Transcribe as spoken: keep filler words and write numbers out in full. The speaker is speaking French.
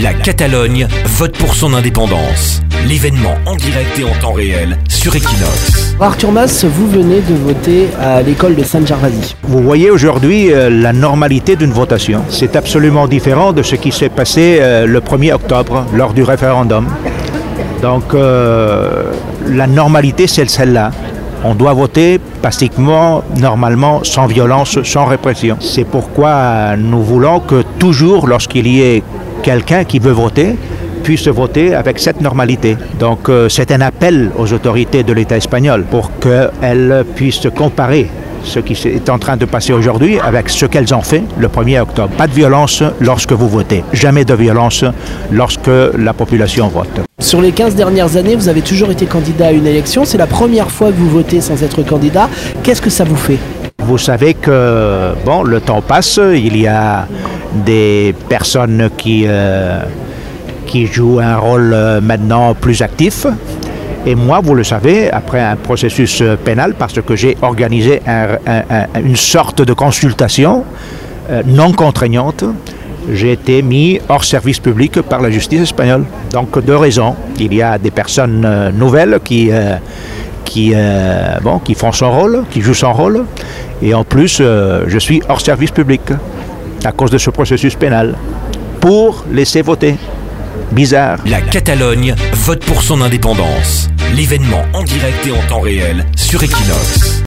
La Catalogne vote pour son indépendance. L'événement en direct et en temps réel sur Equinox. Arthur Mas, vous venez de voter à l'école de Sainte-Gervasie. Vous voyez aujourd'hui euh, la normalité d'une votation. C'est absolument différent de ce qui s'est passé euh, le premier octobre lors du référendum. Donc euh, la normalité, c'est celle-là. On doit voter pacifiquement, normalement, sans violence, sans répression. C'est pourquoi nous voulons que toujours, lorsqu'il y ait quelqu'un qui veut voter, puisse voter avec cette normalité. Donc euh, c'est un appel aux autorités de l'État espagnol pour qu'elles puissent comparer ce qui est en train de passer aujourd'hui avec ce qu'elles ont fait le premier octobre. Pas de violence lorsque vous votez. Jamais de violence lorsque la population vote. Sur les quinze dernières années, vous avez toujours été candidat à une élection. C'est la première fois que vous votez sans être candidat. Qu'est-ce que ça vous fait ? Vous savez que bon, le temps passe. Il y a des personnes qui, euh, qui jouent un rôle euh, maintenant plus actif. Et moi, vous le savez, après un processus pénal, parce que j'ai organisé un, un, un, une sorte de consultation euh, non contraignante, j'ai été mis hors service public par la justice espagnole. Donc, deux raisons. Il y a des personnes euh, nouvelles qui, euh, qui, euh, bon, qui font son rôle, qui jouent son rôle. Et en plus, euh, je suis hors service public à cause de ce processus pénal pour laisser voter. Bizarre. La Catalogne vote pour son indépendance. L'événement en direct et en temps réel sur Equinox.